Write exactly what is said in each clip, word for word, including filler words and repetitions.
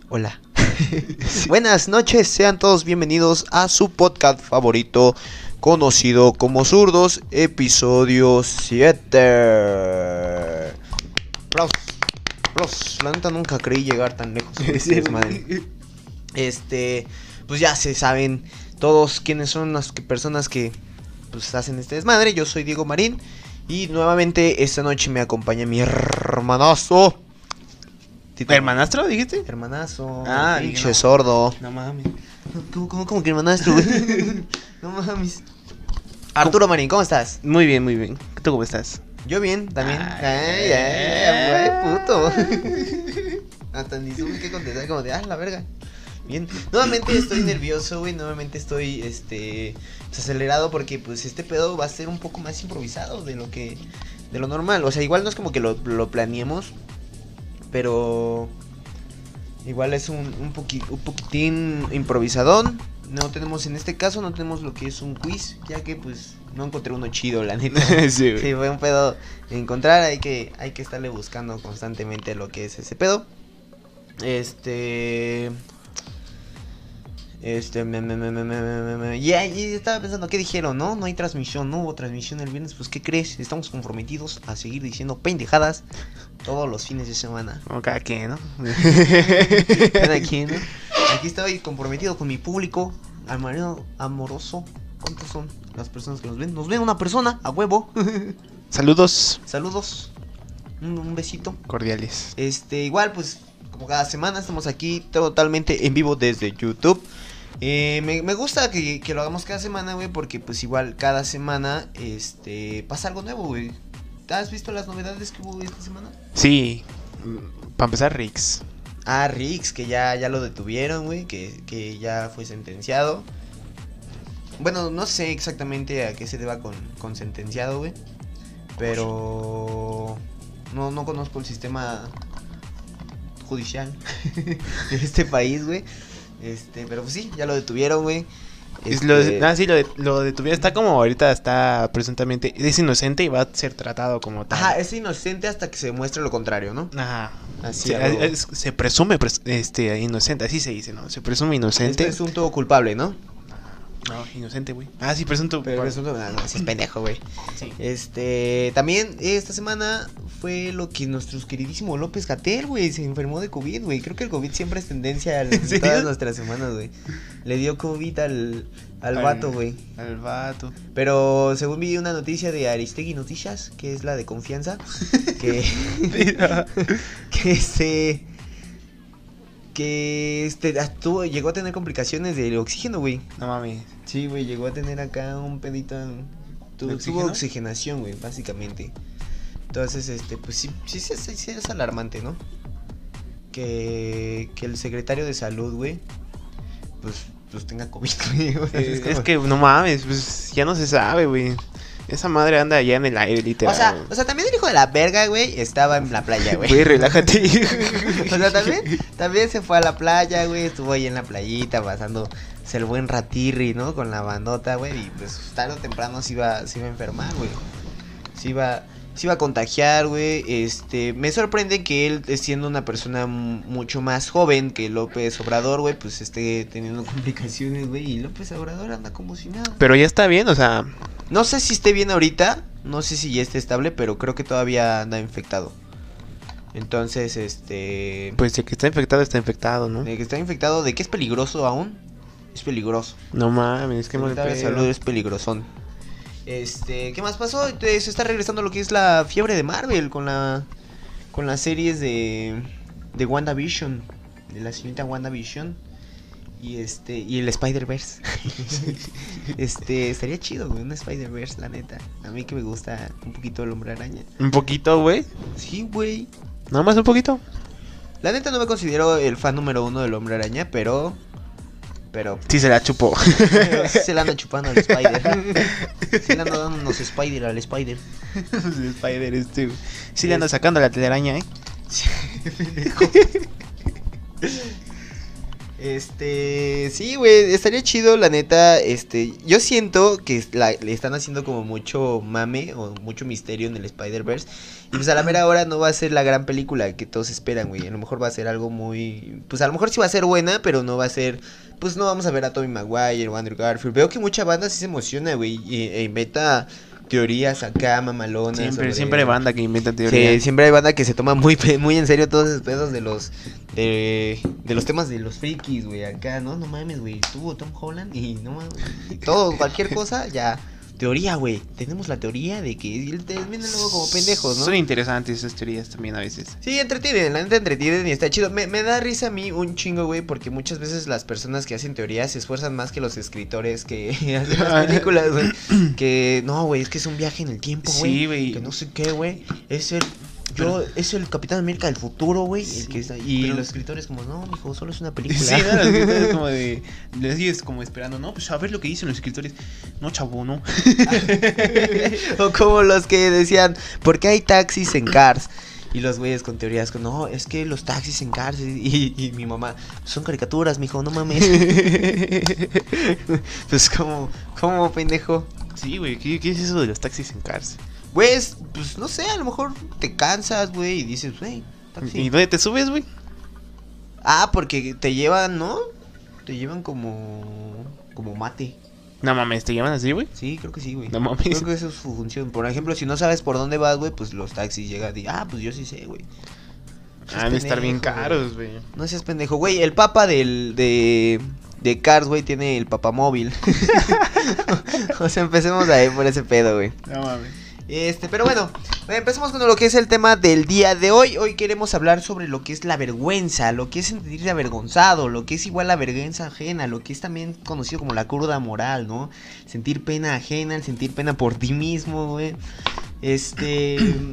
Hola. Sí. Buenas noches, sean todos bienvenidos a su podcast favorito, conocido como Zurdos, episodio siete. Aplausos, aplausos. La neta nunca creí llegar tan lejos. Sí, madre. Este, pues ya se saben todos quiénes son las que, personas que pues hacen este desmadre. Yo soy Diego Marín y nuevamente esta noche me acompaña mi hermanazo. ¿Hermanastro dijiste? Hermanazo. Ah, pinche no. sordo. No mames. ¿Cómo, cómo, cómo que hermanastro, güey? No mames. Arturo Marín, ¿cómo estás? Muy bien, muy bien. ¿Tú cómo estás? Yo bien, también. Ay, Ay, ay, ay, puto. Hasta ni supe qué contestar, como de, ah, la verga. Bien. Nuevamente estoy nervioso, güey. Nuevamente estoy, este, pues, acelerado porque, pues, este pedo va a ser un poco más improvisado de lo que, de lo normal. O sea, igual no es como que lo, lo planeemos, pero igual es un, un, poqui, un poquitín improvisadón. No tenemos, en este caso, no tenemos lo que es un quiz, ya que, pues, no encontré uno chido, la neta. Sí, Sí, fue un pedo de encontrar, hay que, hay que estarle buscando constantemente lo que es ese pedo. Este... Este... Me, me, me, me, me, me, me. Ya, ya estaba pensando, ¿qué dijeron? No, no hay transmisión, no hubo transmisión el viernes. Pues, ¿qué crees? Estamos comprometidos a seguir diciendo pendejadas todos los fines de semana. Como cada quien, ¿no? Cada quien, ¿no? Aquí estoy comprometido con mi público, al marido amoroso. ¿Cuántos son las personas que nos ven? Nos ven una persona, a huevo. Saludos Saludos. Un, un besito. cordiales. Este, igual, pues, como cada semana estamos aquí totalmente en vivo desde YouTube. Eh, me, me gusta que, que lo hagamos cada semana, güey, porque pues igual cada semana, este, pasa algo nuevo, güey. ¿Has visto las novedades que hubo esta semana? Sí. Para empezar, Rix. Ah, Rix, que ya, ya lo detuvieron, güey, que, que ya fue sentenciado. Bueno, no sé exactamente a qué se deba con, con sentenciado, güey. Pero no, no conozco el sistema judicial de este país, güey. Este, pero pues sí, ya lo detuvieron, güey. Es lo, Este... ah, sí, lo, de, lo detuvieron. Está como ahorita, está presuntamente. Es inocente y va a ser tratado como tal. Ajá, es inocente hasta que se demuestre lo contrario, ¿no? Ajá. Así Se, es, se presume pres, este, inocente, así se dice, ¿no? Se presume inocente. Es presunto culpable, ¿no? No, inocente, güey. Ah, sí, presunto. Pero presunto, no, no, sí es pendejo, güey. Sí. Este, también esta semana fue lo que nuestro queridísimo López-Gatell, güey, se enfermó de COVID, güey. Creo que el COVID siempre es tendencia en ¿Sí? todas nuestras semanas, güey. Le dio COVID al, al, al vato, güey. Al vato. Pero según vi una noticia de Aristegui Noticias, que es la de confianza, que que este que este tuvo, llegó a tener complicaciones del oxígeno, güey. No mames. Sí, güey, llegó a tener acá un pedito en... Tuvo, tuvo oxigenación, güey, básicamente. Entonces, este, pues sí, sí, sí, sí, sí es alarmante, ¿no? Que, que el secretario de salud, güey, pues, pues tenga COVID, güey. Eh, es, como... es que, no mames, pues ya no se sabe, güey. Esa madre anda allá en el aire, literal. O sea, o sea, también el hijo de la verga, güey, estaba en la playa, güey. Güey, relájate. O sea, también, también se fue a la playa, güey, estuvo ahí en la playita pasando el buen ratirri, ¿no? Con la bandota, güey, y pues tarde o temprano se iba, se iba a enfermar, güey. Se iba, se iba a contagiar, güey. Este, me sorprende que él, siendo una persona m- mucho más joven que López Obrador, güey, pues esté teniendo complicaciones, güey, y López Obrador anda como si nada. Pero ya está bien, o sea... No sé si esté bien ahorita, no sé si ya esté estable, pero creo que todavía anda infectado. Entonces, este... Pues de que está infectado, está infectado, ¿no? De que está infectado, de que es peligroso aún, es peligroso. No mames, qué mal pedo. De salud es peligrosón. Este, ¿qué más pasó? Se está regresando lo que es la fiebre de Marvel con la con las series de de WandaVision, de la señorita WandaVision y este y el Spider-Verse. Este, estaría chido, güey, un Spider-Verse, la neta. A mí que me gusta un poquito el Hombre Araña. Un poquito, güey. Sí, güey. Nada más un poquito. La neta no me considero el fan número uno del Hombre Araña, pero Pero sí se la chupó. Pero sí se la anda chupando al Spider. Sí le anda dando unos Spider al Spider. El Spider este, güey. Sí le anda sacando la telaraña, ¿eh? Sí, Este, sí, güey, estaría chido, la neta, este, yo siento que la- le están haciendo como mucho mame o mucho misterio en el Spider-Verse y pues a la mera hora no va a ser la gran película que todos esperan, güey, a lo mejor va a ser algo muy, pues a lo mejor sí va a ser buena, pero no va a ser, pues no vamos a ver a Tobey Maguire o Andrew Garfield, veo que mucha banda sí se emociona, güey, y, e inventa teorías acá, mamalonas. Siempre, sobre... siempre hay banda que inventa teorías. Sí, siempre hay banda que se toma muy, muy en serio todos esos pedos de los, de, de los temas de los frikis, güey, acá, ¿no? No mames, güey, tuvo Tom Holland y no mames, y todo, cualquier cosa, ya, teoría, güey, tenemos la teoría de que y terminan luego como pendejos, ¿no? Son interesantes esas teorías también a veces. Sí, entretienen, la neta entretienen y está chido. Me, me da risa a mí un chingo, güey, porque muchas veces las personas que hacen teorías se esfuerzan más que los escritores que hacen las películas, güey. Que, no, güey, es que es un viaje en el tiempo, güey. Sí, güey. Que no sé qué, güey. Es el... Yo, es el Capitán América del futuro, güey. Sí, el que está, y pero... los escritores como, no, mijo, solo es una película. Sí, no, los escritores como de... Les sigues como esperando, no, pues a ver lo que dicen los escritores. No, chavo, no. O como los que decían, ¿por qué hay taxis en Cars? Y los güeyes con teorías, con, no, es que los taxis en Cars. Y, y mi mamá, son caricaturas, mijo, no mames. Pues como, como pendejo. Sí, güey, ¿qué, ¿qué es eso de los taxis en Cars? Güey, pues no sé, a lo mejor te cansas, güey, y dices, güey, taxi. ¿Y dónde te subes, güey? Ah, porque te llevan, ¿no? Te llevan como, como mate. No mames, ¿te llaman así, güey? Sí, creo que sí, güey. No mames. Creo que esa es su función. Por ejemplo, si no sabes por dónde vas, güey, pues los taxis llegan y, ah, pues yo sí sé, güey. Ah, han de estar bien caros, güey. No seas pendejo, güey. El papa del de de Cars, güey, tiene el papamóvil. O sea, empecemos ahí por ese pedo, güey. No mames. Este, pero bueno, empecemos con lo que es el tema del día de hoy. Hoy queremos hablar sobre lo que es la vergüenza, lo que es sentirse avergonzado, lo que es igual la vergüenza ajena, lo que es también conocido como la cruda moral, ¿no? Sentir pena ajena, el sentir pena por ti mismo, güey. Este...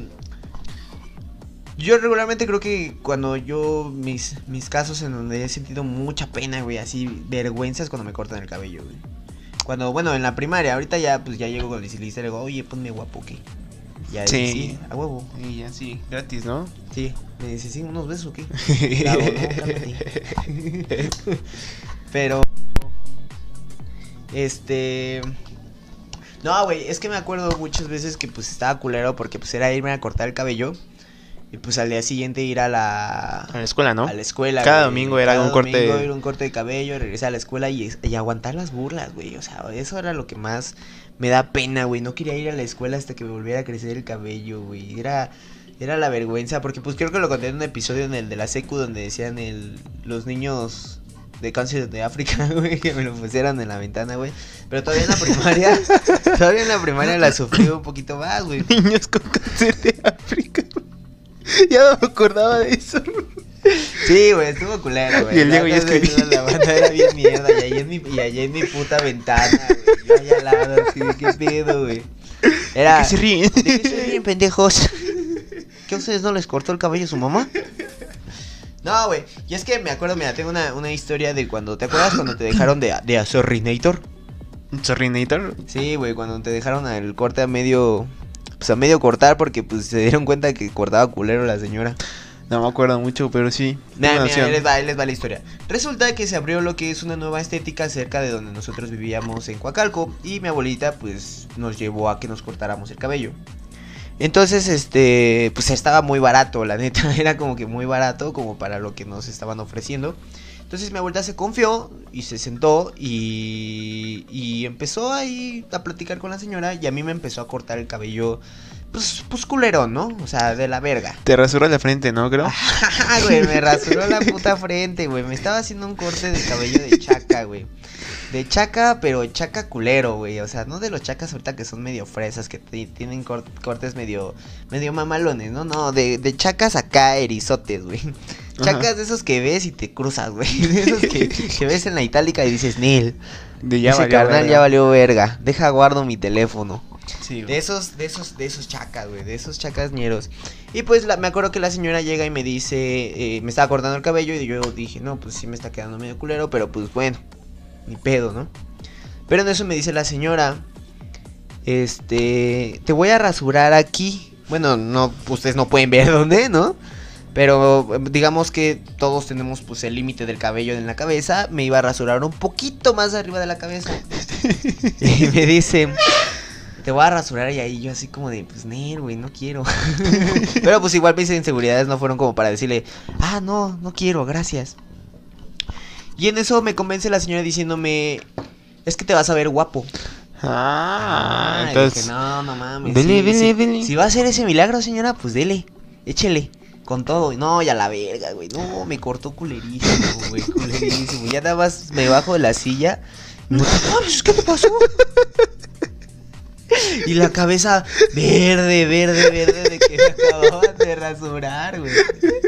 Yo regularmente creo que cuando yo, mis, mis casos en donde he sentido mucha pena, güey, así, vergüenza es cuando me cortan el cabello, güey. Cuando, bueno, en la primaria, ahorita ya, pues ya llego con el estilista y le digo, oye, ponme guapo, ¿qué? Ya, Sí. sí, a huevo. Y ya sí, gratis, ¿no? Sí, me dice, sí, unos besos, ¿o qué? Claro, no, cálmate. Pero, este... No, güey, es que me acuerdo muchas veces que pues estaba culero porque pues era irme a cortar el cabello. Y pues al día siguiente ir a la... A la escuela, ¿no? A la escuela, Cada güey. domingo era Cada un corte- domingo era un corte de cabello, regresar a la escuela y, y aguantar las burlas, güey. O sea, eso era lo que más me da pena, güey. No quería ir a la escuela hasta que me volviera a crecer el cabello, güey. Era... Era la vergüenza, porque pues creo que lo conté en un episodio en el de la secu donde decían el... Los niños de cáncer de África, güey, que me lo pusieran en la ventana, güey. Pero todavía en la primaria, todavía en la primaria la sufrí un poquito más, güey. Niños con cáncer de África. Ya no me acordaba de eso. Sí, güey, estuvo culero, güey. Y el Diego ya La neta, escribía. La banda era bien mierda, y ahí en mi, y allá en mi puta ventana, güey. Yo allá al lado, así de qué pedo, güey. Era... ¿De qué se ríen? ¿De qué se ríen, pendejos? ¿Qué a ustedes no les cortó el cabello su mamá? No, güey, y es que me acuerdo, mira, tengo una, una historia de cuando, ¿te acuerdas cuando te dejaron de, de Azorrinator? ¿Sorrinator? Sí, güey, cuando te dejaron el corte a medio, pues a medio cortar porque pues se dieron cuenta que cortaba culero la señora. No me acuerdo mucho, pero sí. Nah, Una mira, noción. ahí les va, ahí les va la historia. Resulta que se abrió lo que es una nueva estética cerca de donde nosotros vivíamos en Coacalco y mi abuelita pues nos llevó a que nos cortáramos el cabello. Entonces, este, pues estaba muy barato, la neta, era como que muy barato como para lo que nos estaban ofreciendo. Entonces mi abuelita se confió y se sentó y, y empezó ahí a platicar con la señora y a mí me empezó a cortar el cabello, pues, pues culerón, ¿no? O sea, de la verga. Te rasuras la frente, ¿no, creo? Ajá, güey, me rasuró la puta frente, güey, me estaba haciendo un corte de cabello de chaca, güey. De chaca, pero chaca culero, güey. O sea, no de los chacas ahorita que son medio fresas, que t- tienen cort- cortes medio medio mamalones, ¿no? No, de, de chacas acá erizotes, güey. Chacas Ajá. de esos que ves y te cruzas, güey. De esos que, que ves en la itálica y dices, Nel, De ya ese valió, carnal verga. ya valió verga. Deja guardo mi teléfono. Sí, De güey. esos, de esos, de esos chacas, güey, de esos chacas ñeros. Y pues la, me acuerdo que la señora llega y me dice, eh, me estaba cortando el cabello y yo dije, no, pues sí me está quedando medio culero, pero pues bueno, ni pedo, ¿no? Pero en eso me dice la señora, este, te voy a rasurar aquí. Bueno, no, ustedes no pueden ver dónde, ¿no? Pero digamos que todos tenemos pues el límite del cabello en la cabeza. Me iba a rasurar un poquito más arriba de la cabeza. Y me dice, te voy a rasurar y ahí yo así como de, pues Nel, güey, no quiero. Pero pues igual mis inseguridades no fueron como para decirle, ah, no, no quiero, gracias. Y en eso me convence la señora diciéndome, es que te vas a ver guapo. Ah, Ah, entonces. dije, no, no mames. Dele, sí, dele, sí, dele. Si va a hacer ese milagro, señora, pues dele, échele. Con todo, no, ya la verga, güey. No, me cortó culerísimo, güey. Culerísimo. Ya nada más me bajo de la silla. No te mames, ¿qué te pasó? Y la cabeza verde, verde, verde de que me acababan de rasurar, güey.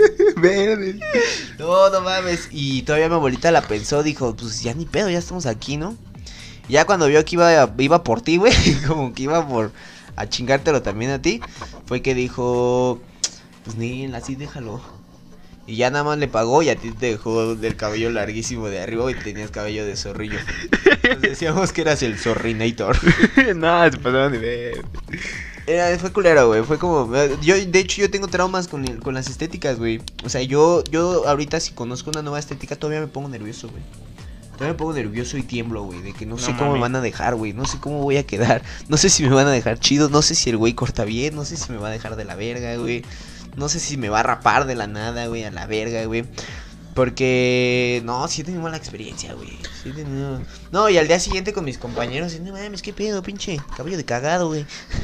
Verde. No, no mames. Y todavía mi abuelita la pensó, dijo, pues ya ni pedo, ya estamos aquí, ¿no? Y ya cuando vio que iba, iba por ti, güey, como que iba por a chingártelo también a ti, fue que dijo, pues ni así déjalo. Y ya nada más le pagó y a ti te dejó del cabello larguísimo de arriba y tenías cabello de zorrillo. Nos decíamos que eras el zorrinator. No, se pasaron de ver. Era, fue culero, güey, fue como, yo, de hecho yo tengo traumas con, el, con las estéticas, güey. O sea, yo, yo ahorita si conozco una nueva estética todavía me pongo nervioso, güey. Todavía me pongo nervioso y tiemblo, güey, de que no, no sé cómo mami. me van a dejar, güey, no sé cómo voy a quedar. No sé si me van a dejar chido, no sé si el güey corta bien, no sé si me va a dejar de la verga, güey. No sé si me va a rapar de la nada, güey, a la verga, güey. Porque, no, sí he tenido mala experiencia, güey. Sí he tenido... No, y al día siguiente con mis compañeros, no mames, qué pedo, pinche cabello de cagado, güey.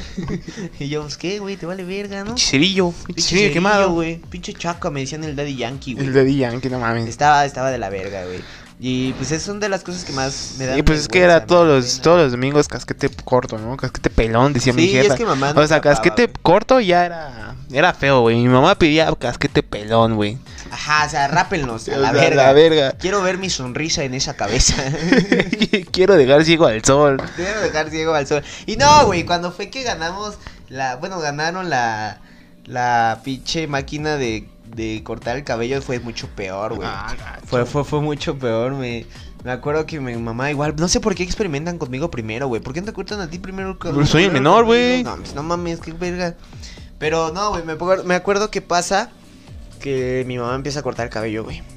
Y yo, pues, ¿qué, güey? Te vale verga, ¿no? Pinche cerillo, pinche cerillo quemado, güey. Pinche chaca, me decían el Daddy Yankee, güey. El Daddy Yankee, no mames. Estaba, estaba de la verga, güey. Y pues esas son de las cosas que más me dan. Y pues es que era todos los todos los domingos casquete corto, ¿no? Casquete pelón, decía sí, mi jefa. Es que mamá no o sea, tapaba, casquete güey. corto ya era era feo, güey. Mi mamá pedía casquete pelón, güey. Ajá, o sea, rápenlos a la o sea, verga. la verga. Quiero ver mi sonrisa en esa cabeza. Quiero dejar ciego al sol. Quiero dejar ciego al sol. Y no, güey, cuando fue que ganamos la, bueno, ganaron la la pinche máquina de de cortar el cabello fue mucho peor, güey. Ah, fue, fue, fue mucho peor, me, me acuerdo que mi mamá igual, no sé por qué experimentan conmigo primero, güey. ¿Por qué no te cortan a ti primero el cabello? Pues soy el menor, güey. No, no mames, qué verga. Pero no, güey, me, me acuerdo que pasa que mi mamá empieza a cortar el cabello, güey.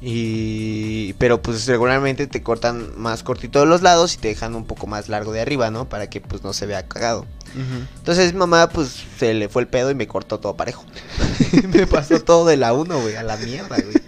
Y... Pero pues regularmente te cortan más cortito de los lados y te dejan un poco más largo de arriba, ¿no? Para que pues no se vea cagado. Uh-huh. Entonces mi mamá pues se le fue el pedo y me cortó todo parejo. Me pasó todo de la uno, güey, a la mierda, güey.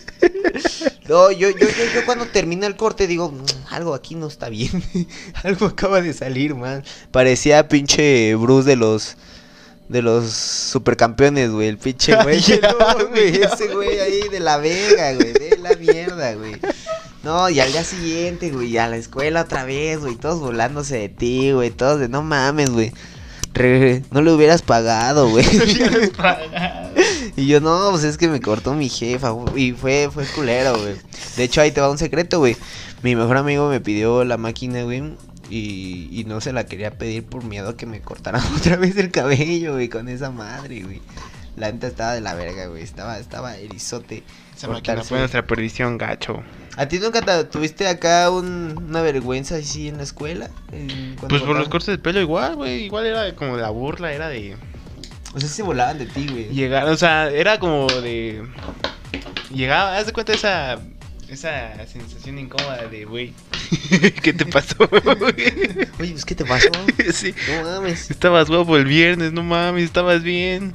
No, yo, yo, yo, yo cuando termina el corte digo, mmm, algo aquí no está bien. Algo acaba de salir, man. Parecía pinche Bruce de los... De los supercampeones, güey, el pinche güey. No, güey, ese güey ahí de la verga, güey, de la mierda, güey. No, y al día siguiente, güey, a la escuela otra vez, güey, todos burlándose de ti, güey, todos de no mames, güey. Re, no le hubieras pagado, güey. No le hubieras pagado. Y yo, no, pues es que me cortó mi jefa, güey, y fue, fue culero, güey. De hecho, ahí te va un secreto, güey. Mi mejor amigo me pidió la máquina, güey. Y, y no se la quería pedir por miedo a que me cortaran otra vez el cabello, güey, con esa madre, güey. La neta estaba de la verga, güey, estaba, estaba erizote. Esa máquina fue nuestra perdición, gacho. ¿A ti nunca te, tuviste acá un, una vergüenza así en la escuela? En, pues por cortaban? Los cortes de pelo igual, güey, igual era como de la burla, era de... O sea, se volaban de ti, güey. Llegar, o sea, era como de... Llegaba, haz de cuenta esa... Esa sensación incómoda de, güey, ¿qué te pasó, güey? Oye, pues, ¿qué te pasó? Sí. No mames. Estabas guapo el viernes, no mames, estabas bien.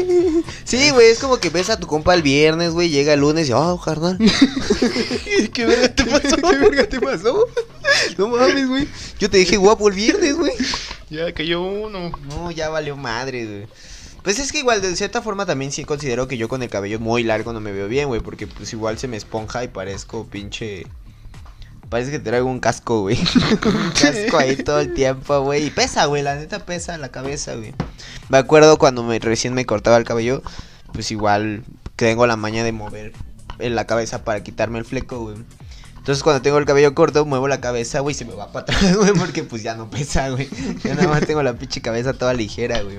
Sí, güey, es como que ves a tu compa el viernes, güey, llega el lunes y, oh, carnal. ¿Qué verga te pasó? ¿Qué verga te pasó? No mames, güey. Yo te dije guapo el viernes, güey. Ya cayó uno. No, ya valió madre, güey. Pues es que igual, de cierta forma también sí considero que yo con el cabello muy largo no me veo bien, güey. Porque pues igual se me esponja y parezco pinche... Parece que traigo un casco, güey. Un casco ahí todo el tiempo, güey. Y pesa, güey, la neta pesa la cabeza, güey. Me acuerdo cuando me recién me cortaba el cabello, pues igual tengo la maña de mover en la cabeza para quitarme el fleco, güey. Entonces cuando tengo el cabello corto, muevo la cabeza, güey, y se me va para atrás, güey. Porque pues ya no pesa, güey. Ya nada más tengo la pinche cabeza toda ligera, güey.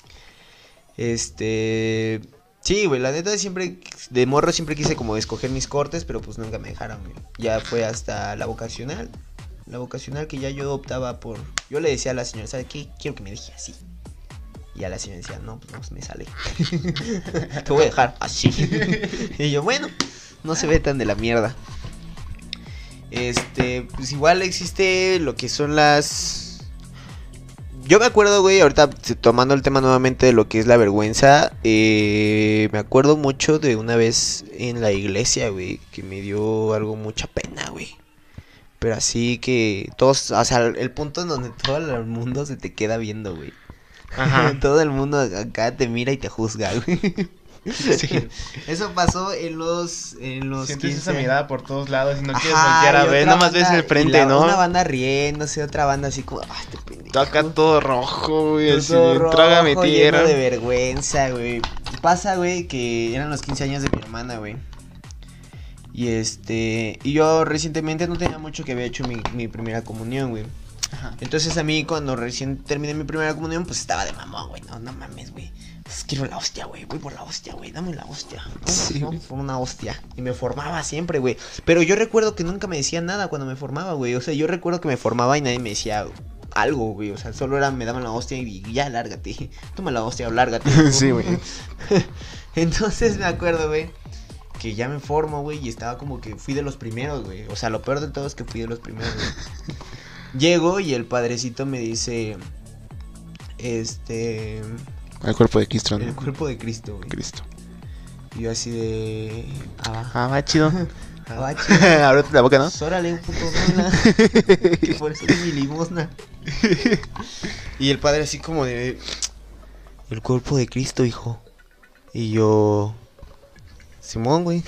Este... Sí, güey, la neta siempre... De morro siempre quise como escoger mis cortes, pero pues nunca me dejaron, güey. Ya fue hasta la vocacional. La vocacional que ya yo optaba por... Yo le decía a la señora, ¿sabe qué? Quiero que me deje así. Y a la señora decía, no, pues no, me sale. Te voy a dejar así. Y yo, bueno, no se ve tan de la mierda. Este, pues igual existe lo que son las... Yo me acuerdo, güey, ahorita tomando el tema nuevamente de lo que es la vergüenza, eh, me acuerdo mucho de una vez en la iglesia, güey, que me dio algo mucha pena, güey. Pero así que todos, o sea, el punto en donde todo el mundo se te queda viendo, güey. Ajá. Todo el mundo acá te mira y te juzga, güey. Sí. Eso pasó en los en los sientes quince. Esa mirada por todos lados y no Ajá, quieres voltear a ver, nomás ves el frente, la, ¿no? Una banda riéndose, otra banda así como, ay, te pendejo. Acá todo rojo, güey, así, todo rojo, trágame tierra. Lleno de vergüenza, güey. Pasa, güey, que eran los quince años de mi hermana, güey. Y este, y yo recientemente no tenía mucho que había hecho mi, mi primera comunión, güey. Ajá. Entonces a mí cuando recién terminé mi primera comunión, pues estaba de mamón, güey, no, no mames, güey. Pues quiero la hostia, güey, voy por la hostia, güey, dame la hostia. Sí, ¿no? Por una hostia. Y me formaba siempre, güey. Pero yo recuerdo que nunca me decían nada cuando me formaba, güey. O sea, yo recuerdo que me formaba y nadie me decía algo, güey. O sea, solo era, me daban la hostia y ya, lárgate. Toma la hostia o lárgate. Sí, güey. Entonces me acuerdo, güey, que ya me formo, güey, y estaba como que fui de los primeros, güey. O sea, lo peor de todo es que fui de los primeros, güey. Llego y el padrecito me dice, este... El cuerpo de Cristo, ¿no? El cuerpo de Cristo, güey. Cristo. Y yo así de... Ah, va. Ah, va chido. Ah, va chido. Ábrete la boca, ¿no? Órale, un puto rola. Que por eso es mi limosna. Y el padre así como de... El cuerpo de Cristo, hijo. Y yo... Simón, güey.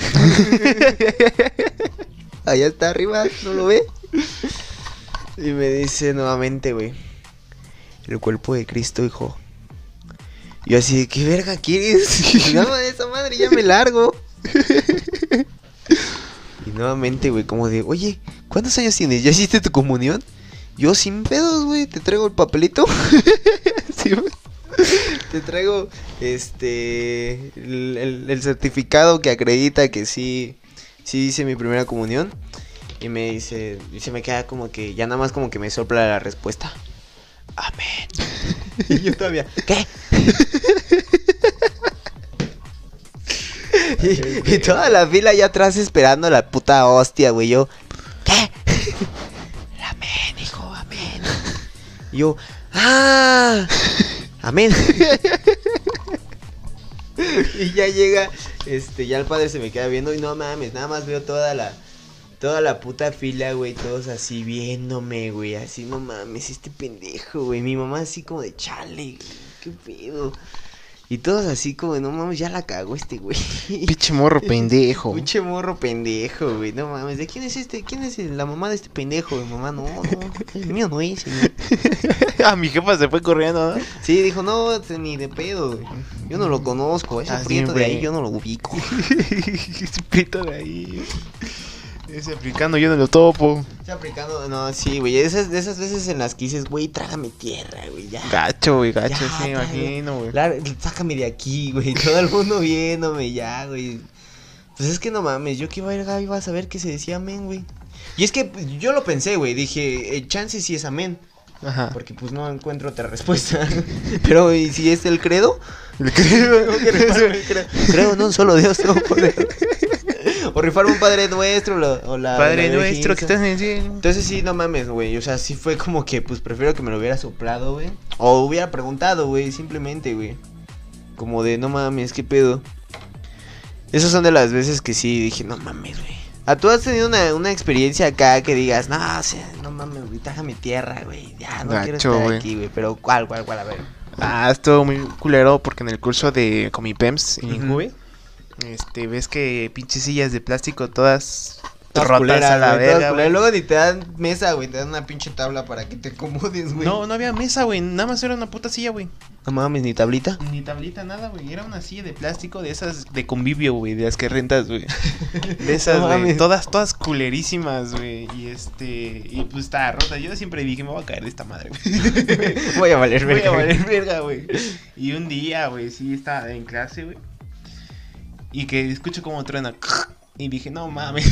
Allá está arriba, ¿no lo ve? Y me dice nuevamente, güey. El cuerpo de Cristo, hijo. Yo así de, ¿qué verga quieres? No, de esa madre, ya me largo. Y nuevamente, güey, como de, oye, ¿cuántos años tienes? ¿Ya hiciste tu comunión? Yo sin pedos, güey, te traigo el papelito. Sí, güey. Te traigo, este, el, el, el certificado que acredita que sí, sí hice mi primera comunión. Y me dice, y se me queda como que, ya nada más como que me sopla la respuesta. Amén. Y yo todavía, ¿qué? y, y toda la fila allá atrás esperando la puta hostia, güey. Yo, ¿qué? Amén, hijo, amén. Y yo, ¡ah! Amén. Y ya llega, este, ya el padre se me queda viendo y no mames, nada más veo toda la... Toda la puta fila, güey, todos así viéndome, güey, así, no mames, este pendejo, güey, mi mamá así como de chale, qué pedo, y todos así como de, no mames, ya la cagó este güey. Pinche morro pendejo. Pinche morro pendejo, güey, no mames, ¿de quién es este, quién es la mamá de este pendejo? Mi mamá, no, no, el mío no es, señor. Ah, mi jefa se fue corriendo, ¿no? Sí, dijo, no, ni de pedo, güey. Yo no lo conozco, ese Así, prieto de güey. ahí yo no lo ubico. Ese prieto de ahí. Ese africano yo no lo topo. Ese africano, no, sí, güey, esas, de esas veces en las que dices, güey, trágame tierra, güey, ya. Gacho, güey, gacho, Ya, sí, me trágame. imagino, güey. Lar- Sácame de aquí, güey, todo el mundo viéndome ya, güey. Pues es que no mames, yo que iba a ir, iba a saber que se decía amén, güey. Y es que pues, yo lo pensé, güey, dije, eh, chance sí es amén. Ajá. Porque pues no encuentro otra respuesta. Pero, ¿y si es el credo? El credo. Tengo que rifarme el credo. Creo en un solo Dios todopoderoso. O rifarme un Padre Nuestro lo- o la... Padre la nuestro que Virgencita. estás en el cielo. Entonces sí, no mames, güey, o sea, sí fue como que, pues, prefiero que me lo hubiera soplado, güey. O hubiera preguntado, güey, simplemente, güey. Como de, no mames, ¿qué pedo? Esas son de las veces que sí dije, no mames, güey. ¿A tú has tenido una, una experiencia acá que digas, no, o sea, no mames, güey, trájame tierra, güey, ya, no Gacho, quiero estar güey. aquí, güey, pero ¿cuál, cuál, cuál, a ver? Ah, estuvo muy culero porque en el curso de Comipems en Ujú. Injuve, este, ves que pinches sillas de plástico todas Todas rotas culeras, a la güey, todas verga, culeras. güey. Luego ni te dan mesa, güey, te dan una pinche tabla para que te acomodes, güey. No, no había mesa, güey, nada más era una puta silla, güey. No mames, ni tablita. Ni tablita, nada, güey. Era una silla de plástico de esas de convivio, güey. De las que rentas, güey. De esas, No güey. mames. Todas, todas culerísimas, güey. Y este. Y pues estaba rota. Yo siempre dije, me voy a caer de esta madre, güey. Voy a valer Voy verga, a güey. valer verga, güey. Y un día, güey, sí estaba en clase, güey. Y que escucho como truena. Y Y dije, no mames.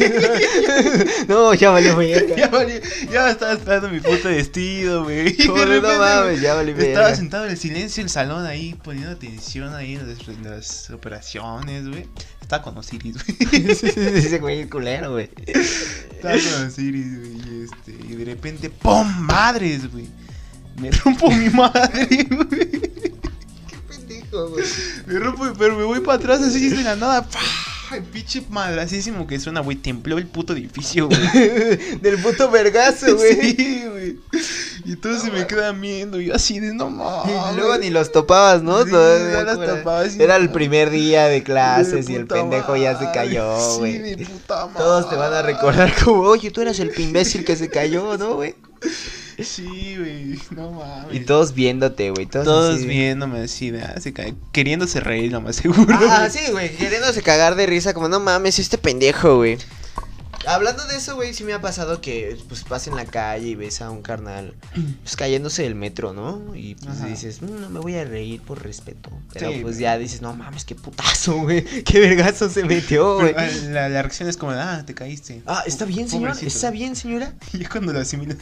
No, ya valió verga. ya, valió, ya estaba esperando mi puto vestido, güey. No, no, no mames, ya valió verga. Estaba sentado en el silencio del salón ahí, poniendo atención ahí en las, en las operaciones, güey. Estaba con Osiris, güey. Ese güey es culero, güey. Estaba con Osiris, güey. Y, este, y de repente, ¡pum! Madres, güey. Me rompo mi madre, güey. Qué pendejo, güey. Me rompo, pero me voy para atrás así de la nada. ¡Pah! El pinche madrasísimo que suena, güey. Templó el puto edificio, güey. Del puto vergazo, güey. Sí, güey. Y todos no, se me quedan viendo. Y yo así de no mames. Y luego ni los topabas, ¿no? Sí, Todavía, no los topabas. Era el primer día de clases de y el pendejo madre. Ya se cayó, güey. Sí, de puta madre. Todos te van a recordar como, oye, tú eras el imbécil que se cayó, ¿no, güey? Sí, güey, no mames. Y todos viéndote, güey. Todos, todos así, viéndome así, de, ah, se cae, queriéndose reír, lo más seguro. Ah, sí, güey, queriéndose cagar de risa, como, no mames, este pendejo, güey. Hablando de eso, güey, sí me ha pasado que, pues, vas en la calle y ves a un carnal, pues, cayéndose del metro, ¿no? Y, pues, ajá, dices, no me voy a reír por respeto. Pero, sí, pues, ya dices, no mames, qué putazo, güey, qué vergazo se metió, güey. La, la reacción es como, ah, te caíste. Ah, ¿está bien, señora? ¿Está bien, señora? Y es cuando lo asimilas.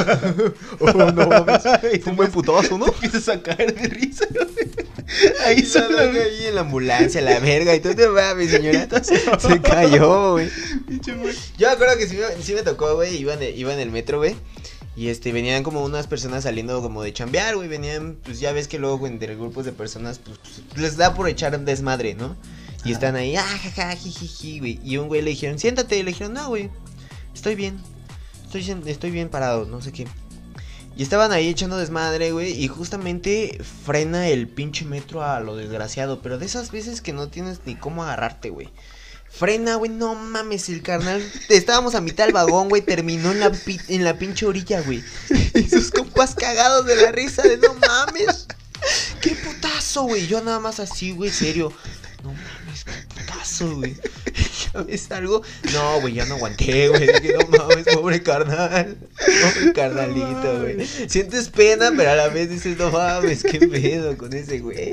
Oh, no mames, fue un buen putazo, ¿no? Te empiezas a caer de risa, güey. Ahí solo, ahí en la ambulancia, la verga, y tú te mames, señora. Se cayó, güey. Yo me acuerdo que sí me, sí me tocó, güey, iba en, el, iba en el metro, güey. Y este, venían como unas personas saliendo como de chambear, güey. Venían, pues ya ves que luego entre grupos de personas, pues, les da por echar un desmadre, ¿no? Y están ahí, ah, jaja, jijiji, güey. Y un güey le dijeron, siéntate. Y le dijeron, no, güey, estoy bien. Estoy, estoy bien parado, no sé qué. Y estaban ahí echando desmadre, güey. Y justamente frena el pinche metro a lo desgraciado. Pero de esas veces que no tienes ni cómo agarrarte, güey. Frena, güey, no mames, el carnal. Estábamos a mitad del vagón, güey. Terminó en la, pi en la pinche orilla, güey. Y sus compas cagados de la risa de no mames. Qué putazo, güey. Yo nada más así, güey, serio. No mames, qué putazo, güey. ¿Ya ves algo? No, güey, ya no aguanté, güey. Dije, no mames, pobre carnal. Pobre carnalito, güey. Sientes pena, pero a la vez dices, no mames, qué pedo con ese güey.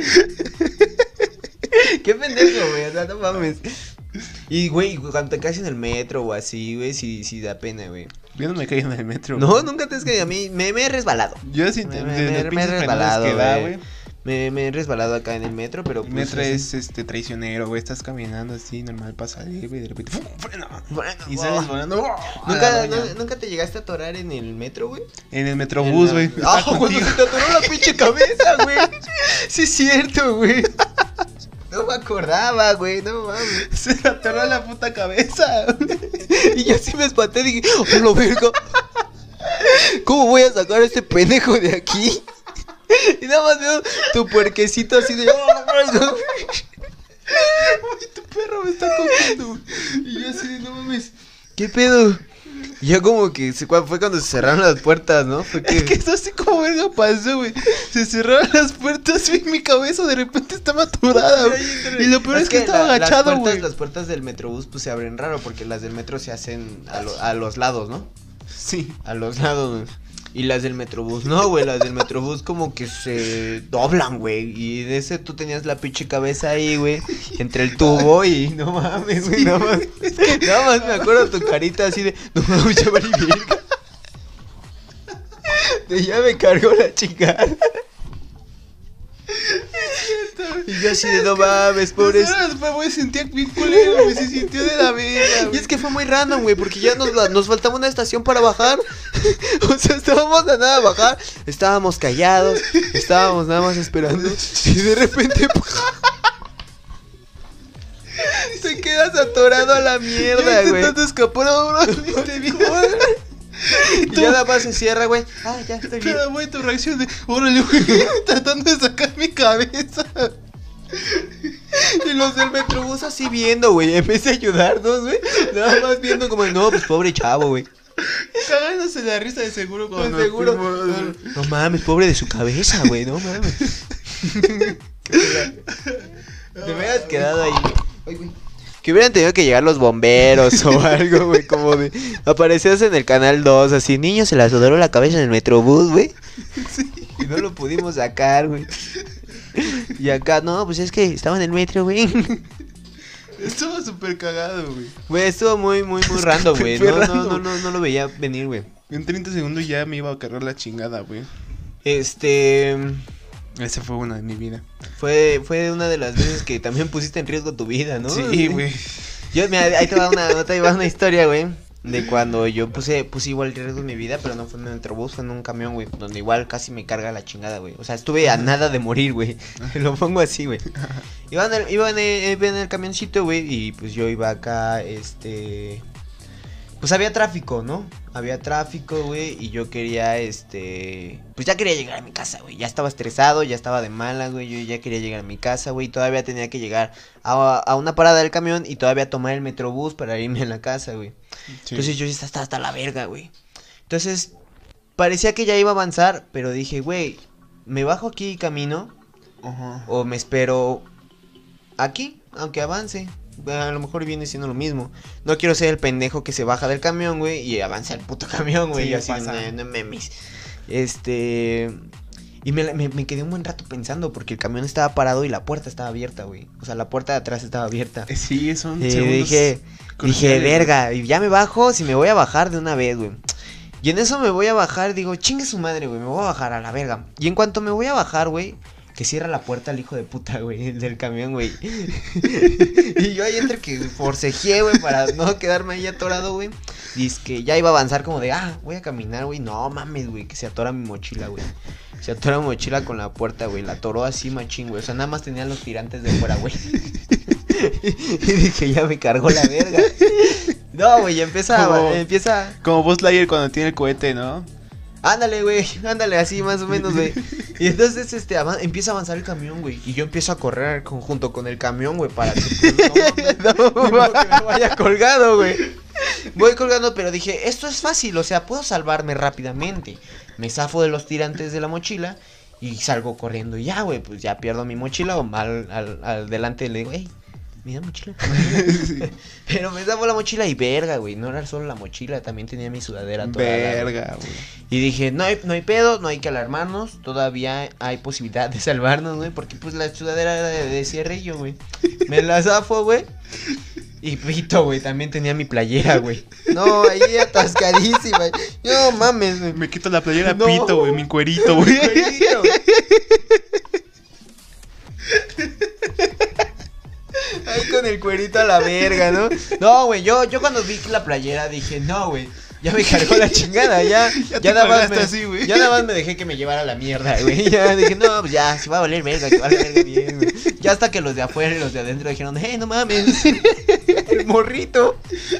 Qué pendejo, güey. O sea, no mames. Y, güey, cuando te caes en el metro o así, güey, sí, sí da pena, güey. Yo no me caí en el metro. No, güey. Nunca te has caído. A mí me, me he resbalado. Yo sí te, me, me, me he resbalado, güey. Me, me he resbalado acá en el metro, pero pues... El metro es, este, traicionero, güey. Estás caminando así, normal, para salir, güey, de repente... ¡Fum! ¡Frena! Bueno, y sales oh. volando... Oh, ¿Nunca, no, ¿Nunca te llegaste a atorar en el metro, güey? En el metrobús, güey. Ah, cuando se te atoró la pinche cabeza, güey. Sí es cierto, güey. No me acordaba, güey, no mames. Se le atoró la puta cabeza. Y yo sí me espanté, dije, ¡oh, lo verga! ¿Cómo voy a sacar a este pendejo de aquí? Y nada más veo tu puerquecito así de... ¡oh, no! Uy, tu perro me está comiendo. Y yo así de, no mames, ¿qué pedo? Y ya como que se, fue cuando se cerraron las puertas, ¿no? Fue que... Es que eso así como verga pasó, güey. Se cerraron las puertas y mi cabeza de repente estaba atorada, güey. Y lo peor es, es que, que estaba la, agachado, güey. Las puertas del metrobús pues se abren raro porque las del metro se hacen a, lo, a los lados, ¿no? Sí. A los lados, güey. Y las del metrobús, no, güey, las del metrobús como que se doblan, güey. Y de ese tú tenías la pinche cabeza ahí, güey, entre el tubo y no mames, güey, sí, nada más. Nada más me acuerdo tu carita así de, no mames, ya vale verga. De ya me cargó la chingada. Y yo así de no mames, pobres. Después, güey, sentía bien culero, güey, se sintió de la verga. Y es que fue muy random, güey, porque ya nos, nos faltaba una estación para bajar. O sea, estábamos a nada a bajar. Estábamos callados, estábamos nada más esperando. Y de repente te quedas atorado a la mierda, güey. Intentando escapar, bro. Te vi. Y ya nada más se cierra, güey. Ah, ya estoy bien. Cada güey, tu reacción de, órale, güey, tratando de sacar mi cabeza. Y los del metrobús así viendo, güey, en vez de ayudarnos, güey. Nada más viendo como, no, pues pobre chavo, güey. Cagándose la risa de seguro con pues seguro. No, no mames, pobre de su cabeza, güey, no mames. Te hubieras quedado ahí. Ay, güey. Que hubieran tenido que llegar los bomberos o algo, güey, como de... Aparecías en el canal dos, así, niño se le azotó la cabeza en el metrobús, güey. Sí. Y no lo pudimos sacar, güey. Y acá, no, pues es que estaba en el metro, güey. Estuvo súper cagado, güey. Güey, estuvo muy, muy, muy random, güey. Fue No, no, random. no, no, no lo veía venir, güey. En treinta segundos ya me iba a cargar la chingada, güey. Este... Esa fue una de mi vida. Fue, fue una de las veces que también pusiste en riesgo tu vida, ¿no? Sí, güey. Yo, mira, ahí te va una, te va una historia, güey. De cuando yo puse, puse igual en riesgo mi vida, pero no fue en un metrobús, fue en un camión, güey. Donde igual casi me carga la chingada, güey. O sea, estuve a nada de morir, güey. Lo pongo así, güey. Iba en el, iba en el, iba en el camioncito, güey. Y pues yo iba acá, este... Pues había tráfico, ¿no? Había tráfico, güey, y yo quería, este... Pues ya quería llegar a mi casa, güey. Ya estaba estresado, ya estaba de mala, güey. Yo ya quería llegar a mi casa, güey. Todavía tenía que llegar a, a una parada del camión y todavía tomar el metrobús para irme a la casa, güey. Sí. Entonces yo ya estaba hasta la verga, güey. Entonces, parecía que ya iba a avanzar, pero dije, güey, ¿me bajo aquí y camino? Ajá. ¿O me espero aquí, aunque avance? A lo mejor viene siendo lo mismo. No quiero ser el pendejo que se baja del camión, güey, y avanza el puto camión, güey. Sí, y así, pasa. no, no memes. Este... Y me, me, me quedé un buen rato pensando porque el camión estaba parado y la puerta estaba abierta, güey. O sea, la puerta de atrás estaba abierta. Eh, Sí, son Y segundos dije, dije, cruciales, verga, y ya me bajo, si me voy a bajar de una vez, güey. Y en eso me voy a bajar, digo, chingue su madre, güey, me voy a bajar a la verga. Y en cuanto me voy a bajar, güey, que cierra la puerta el hijo de puta, güey, del camión, güey. Y yo ahí entre que forcejeé, güey, para no quedarme ahí atorado, güey. Dice que ya iba a avanzar como de, ah, voy a caminar, güey. No mames, güey, que se atora mi mochila, güey. Se atora mi mochila con la puerta, güey. La atoró así machín, güey. O sea, nada más tenía los tirantes de fuera, güey. Y dije, ya me cargó la verga. No, güey, empieza, Como- empieza. Como Buzz Lightyear cuando tiene el cohete, ¿no? Ándale, güey, ándale, así más o menos, güey. Y entonces, este, avan- empieza a avanzar el camión, güey. Y yo empiezo a correr con- junto con el camión, güey, para que pues, no, no, no, no, que me vaya colgado, güey. Voy colgando, pero dije, esto es fácil, o sea, puedo salvarme rápidamente. Me zafo de los tirantes de la mochila y salgo corriendo. Y ya, güey, pues ya pierdo mi mochila o al, al, al delante le digo, hey, mira mochila. Pero me zafo la mochila y verga, güey, no era solo la mochila, también tenía mi sudadera toda. Verga, güey. Y dije, no hay, no hay pedo, no hay que alarmarnos, todavía hay posibilidad de salvarnos, güey, porque pues la sudadera era de, de cierrillo, güey. Me la zafo, güey. Y pito, güey, también tenía mi playera, güey. No, ahí atascadísima. No mames, güey. Me quito la playera No. pito, güey, mi cuerito, güey. Cuerito. Ahí con el cuerito a la verga, ¿no? No, güey, yo, yo cuando vi la playera dije, no, güey. Ya me cargó la chingada, ya, Ya ya, te nada más colgaste me, así, güey. ya nada más me dejé que me llevara la mierda, güey. Ya dije, no, pues ya, si va a valer verga, que valga verga bien, güey. Ya hasta que los de afuera y los de adentro dijeron, hey, no mames, el morrito.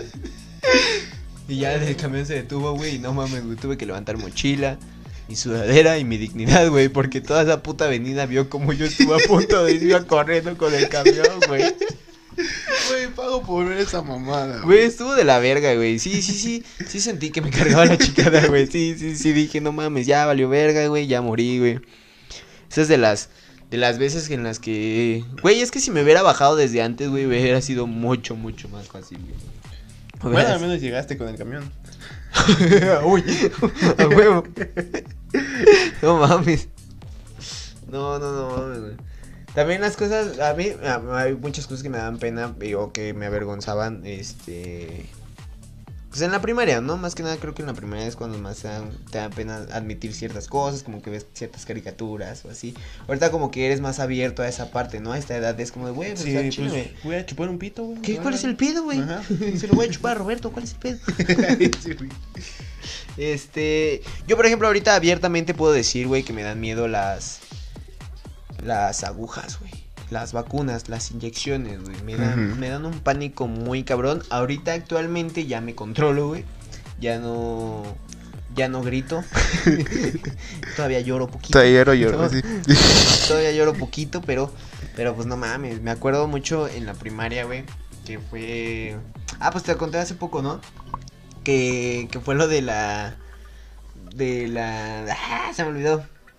Y ya el camión se detuvo, güey, y no mames, güey, tuve que levantar mochila, mi sudadera y mi dignidad, güey, porque toda esa puta avenida vio como yo estuve a punto de ir corriendo con el camión, güey. Güey, pago por ver esa mamada, Güey, estuvo de la verga, güey. Sí, sí, sí. Sí sentí que me cargaba la chicada, güey. Sí, sí, sí. Dije, no mames, ya valió verga, güey. Ya morí, güey. Esa es de las, de las veces en las que... Güey, es que si me hubiera bajado desde antes, güey, hubiera sido mucho, mucho más fácil, güey. Bueno, Hubieras- al menos llegaste con el camión. Uy, a huevo. No mames. No, no, no mames, güey. También las cosas, a mí, a- hay muchas cosas que me dan pena o que me avergonzaban, este... Pues en la primaria, ¿no? Más que nada creo que en la primaria es cuando más te dan, te dan pena admitir ciertas cosas, como que ves ciertas caricaturas o así. Ahorita como que eres más abierto a esa parte, ¿no? A esta edad es como de, güey, pues, Sí, al chile, pues voy a chupar un pito, güey. ¿qué? ¿Cuál es el pedo, güey? Ajá. Se lo voy a chupar a Roberto, ¿cuál es el pedo? Sí, güey. Este, yo por ejemplo ahorita abiertamente puedo decir, güey, que me dan miedo las las agujas, güey. Las vacunas, las inyecciones, güey. Me dan, Ujú. me dan un pánico muy cabrón. Ahorita actualmente ya me controlo, güey. Ya no ya no grito. Todavía lloro poquito. Todavía lloro, No. sí. Todavía lloro poquito, pero pero pues no mames, me acuerdo mucho en la primaria, güey, que fue ah, pues te conté hace poco, ¿no? Que, que fue lo de la de la ah, se me olvidó.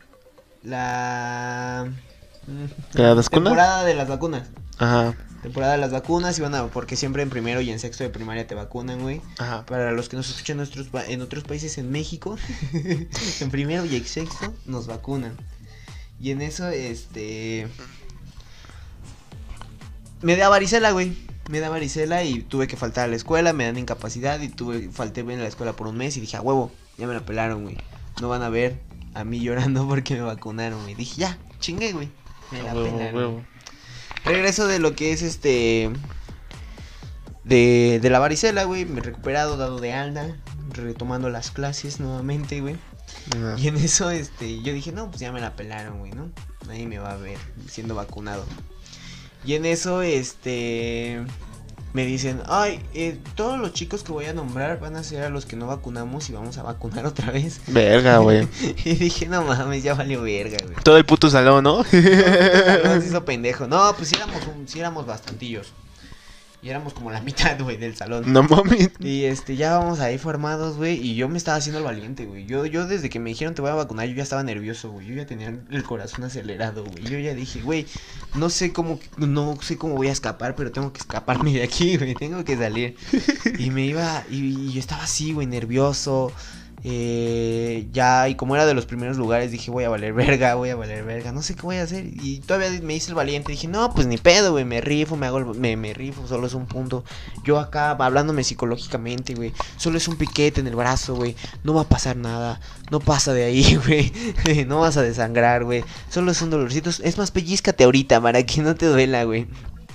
La ¿De las vacunas? temporada de las vacunas. Ajá, Temporada de las vacunas y van a porque siempre en primero y en sexto de primaria te vacunan, güey. ajá. Para los que nos escuchan en nuestros pa- en otros países en México, en primero y en sexto nos vacunan. Y en eso este me da varicela, güey. me da varicela y tuve que faltar a la escuela, me dan incapacidad y tuve, falté bien a la escuela por un mes y dije, a huevo, ya me la pelaron, güey. No van a ver a mí llorando porque me vacunaron, güey. Dije, ya, chingue, güey. Me la Huevo, pelaron. huevo. Regreso de lo que es este... De, de la varicela, güey. Me he recuperado, dado de alta, retomando las clases nuevamente, güey. Ajá. Y en eso, este, yo dije, no, pues ya me la pelaron, güey, ¿no? Nadie me va a ver siendo vacunado. Y en eso, este, me dicen, ay, eh, todos los chicos que voy a nombrar van a ser a los que no vacunamos y vamos a vacunar otra vez. Verga, güey. Y dije, no mames, ya valió verga, güey. Todo el puto salón, ¿no? No, se hizo pendejo. No, pues sí éramos, un, sí éramos bastantillos. Y éramos como la mitad, güey, del salón. No mames. Y este, ya vamos ahí formados, güey. Y yo me estaba haciendo el valiente, güey. Yo, yo desde que me dijeron te voy a vacunar, yo ya estaba nervioso, güey. Yo ya tenía el corazón acelerado, güey. Yo ya dije, güey, no sé cómo, no sé cómo voy a escapar, pero tengo que escaparme de aquí, güey. Tengo que salir. Y me iba, y, y yo estaba así, güey, nervioso. Eh, ya, y como era de los primeros lugares, dije, voy a valer verga, voy a valer verga, no sé qué voy a hacer. Y todavía me hice el valiente, dije, no, pues ni pedo, güey, me rifo, me hago, el, me, me rifo, solo es un punto. Yo acá, hablándome psicológicamente, güey, solo es un piquete en el brazo, güey, no va a pasar nada, no pasa de ahí, güey, no vas a desangrar, güey, solo es un dolorcito, es más, pellízcate ahorita para que no te duela, güey.